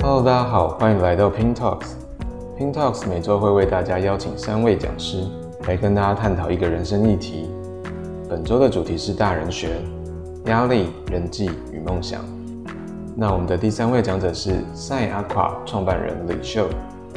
Hello， 大家好，欢迎来到 Ping Talks。Ping Talks 每周会为大家邀请3位讲师来跟大家探讨一个人生议题。本周的主题是大人学、压力、人际与梦想。那我们的第3位讲者是 Sign Aqua 创办人李秀。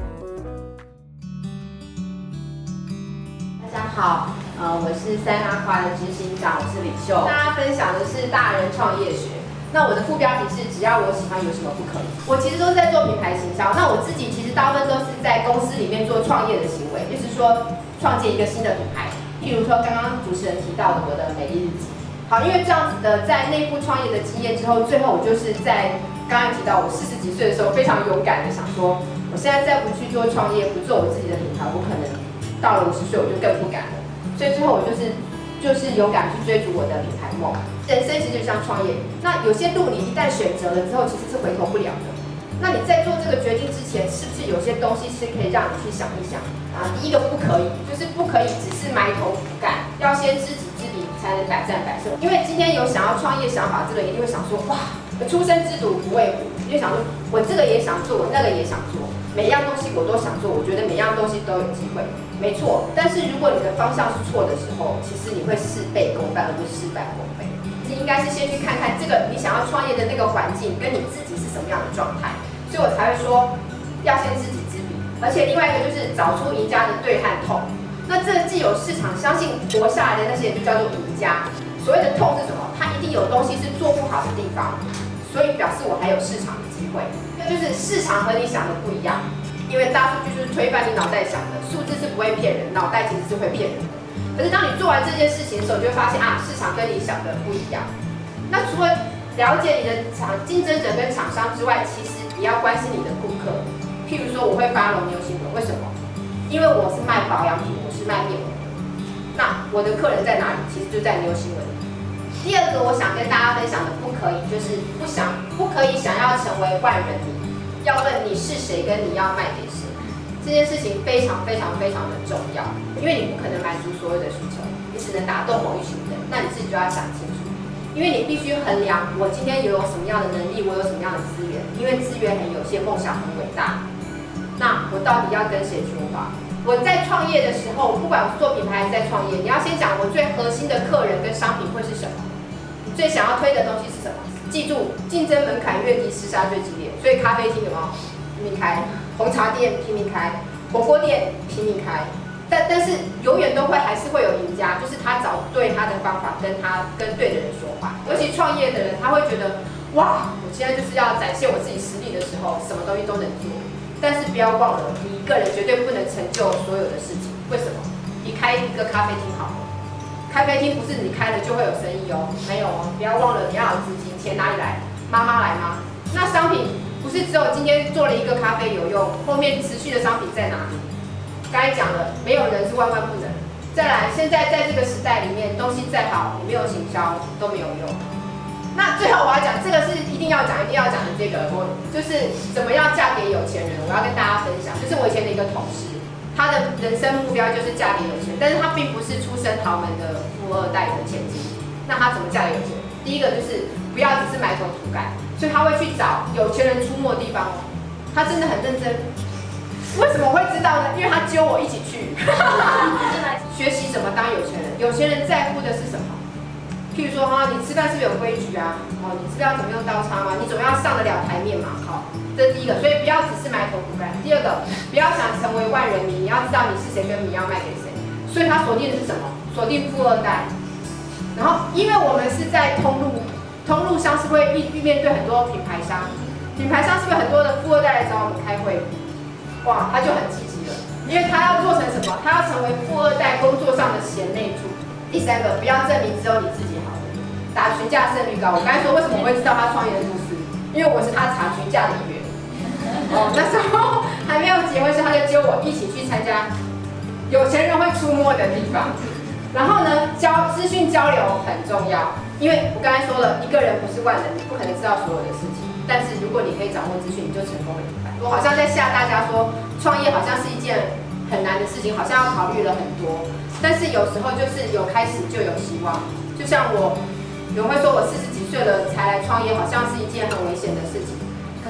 大家好，我是Sign Aqua的执行长，我是李秀。大家分享的是大人创业学。那我的副标题是只要我喜欢，有什么不可以？我其实都是在做品牌行销。那我自己其实大部分都是在公司里面做创业的行为，就是说创建一个新的品牌。譬如说刚刚主持人提到的我的美丽日记。好，因为这样子的在内部创业的经验之后，最后我就是在刚刚提到我40几岁的时候，非常勇敢的想说，我现在再不去做创业，不做我自己的品牌，我可能到了50岁我就更不敢了。所以最后我就是勇敢去追逐我的品牌梦。人生其实就像创业，那有些路你一旦选择了之后，其实是回头不了的。那你在做这个决定之前，是不是有些东西是可以让你去想一想啊？第一个不可以，就是不可以只是埋头苦干，要先知己知彼，才能百战百胜。因为今天有想要创业想法，这个一定会想说，哇，初生之犊不畏虎，就想说我这个也想做，我那个也想做，每样东西我都想做，我觉得每样东西都有机会，没错。但是如果你的方向是错的时候，其实你会事倍功半，而不是事半功倍。应该是先去看看这个你想要创业的那个环境跟你自己是什么样的状态，所以我才会说要先知己知彼，而且另外一个就是找出赢家的对和痛。那这既有市场相信活下来的那些人就叫做赢家。所谓的痛是什么？它一定有东西是做不好的地方，所以表示我还有市场的机会。那就是市场和你想的不一样，因为大数据就是推翻你脑袋想的，数字是不会骗人，脑袋其实是会骗人的。可是当你做完这件事情的时候，你就会发现啊，市场跟你想的不一样。那除了了解你的竞争者跟厂商之外，其实也要关心你的顾客。譬如说，我会follow牛新闻，为什么？因为我是卖保养品，我是卖面膜的。那我的客人在哪里？其实就在牛新闻里。第二个，我想跟大家分享的不可以，就是不可以想要成为万人迷，要问你是谁，跟你要卖给谁。这件事情非常非常非常的重要，因为你不可能满足所有的需求，你只能打动某一群人，那你自己就要想清楚，因为你必须衡量我今天有什么样的能力，我有什么样的资源，因为资源很有限，梦想很伟大，那我到底要跟谁说话？我在创业的时候，不管我是做品牌还是在创业，你要先讲我最核心的客人跟商品会是什么，你最想要推的东西是什么？记住，竞争门槛越低，厮杀最激烈，所以咖啡厅有没有？拼命开，红茶店拼命开，火锅店拼命开，但是永远都会还是会有赢家，就是他找对他的方法，跟对的人说话。尤其创业的人，他会觉得哇，我现在就是要展现我自己实力的时候，什么东西都能做。但是不要忘了，你一个人绝对不能成就所有的事情。为什么？你开一个咖啡厅好了，咖啡厅不是你开了就会有生意哦，没有哦，不要忘了你要有资金，钱哪里来？妈妈来吗？那商品。不是只有今天做了一个咖啡有用，后面持续的商品在哪里？刚才讲了，没有人是万万不能。再来，现在在这个时代里面，东西再好，你没有行销都没有用。那最后我要讲，这个是一定要讲的这个，我就是怎么样嫁给有钱人，我要跟大家分享。就是我以前的一个同事，他的人生目标就是嫁给有钱人，但是他并不是出身豪门的富二代的千金。那他怎么嫁给有钱人？第一个就是不要只是埋头苦干。所以他会去找有钱人出没的地方哦，他真的很认真。为什么我会知道呢？因为他揪我一起去学习怎么当有钱人。有钱人在乎的是什么？譬如说你吃饭是不是有规矩啊？你知道怎么用刀叉吗？你总要上得了台面嘛？好，这是第一个。所以不要只是埋头苦干。第二个，不要想成为万人迷，你要知道你是谁，跟你要卖给谁。所以他锁定的是什么？锁定富二代。然后，因为我们是在通路商是会面对很多品牌商，品牌商是不是很多的富二代来找我们开会？哇，他就很积极了，因为他要做成什么？他要成为富二代工作上的贤内助。第三个，不要证明只有你自己好，打群架胜率高。我刚才说为什么我会知道他创业的故事，因为我是他查群架的一员。那时候还没有结婚时，他就揪我一起去参加有钱人会出没的地方。然后呢，资讯交流很重要。因为我刚才说了，一个人不是万能，你不可能知道所有的事情。但是如果你可以掌握资讯，你就成功了一半。我好像在吓大家说，创业好像是一件很难的事情，好像要考虑了很多。但是有时候就是有开始就有希望。就像有人会说我40几岁了才来创业，好像是一件很危险的事情。可是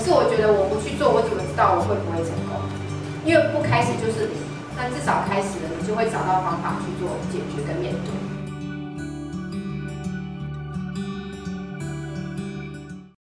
是我觉得我不去做，我怎么知道我会不会成功？因为不开始就是零，那至少开始了，你就会找到方法去做解决跟面对。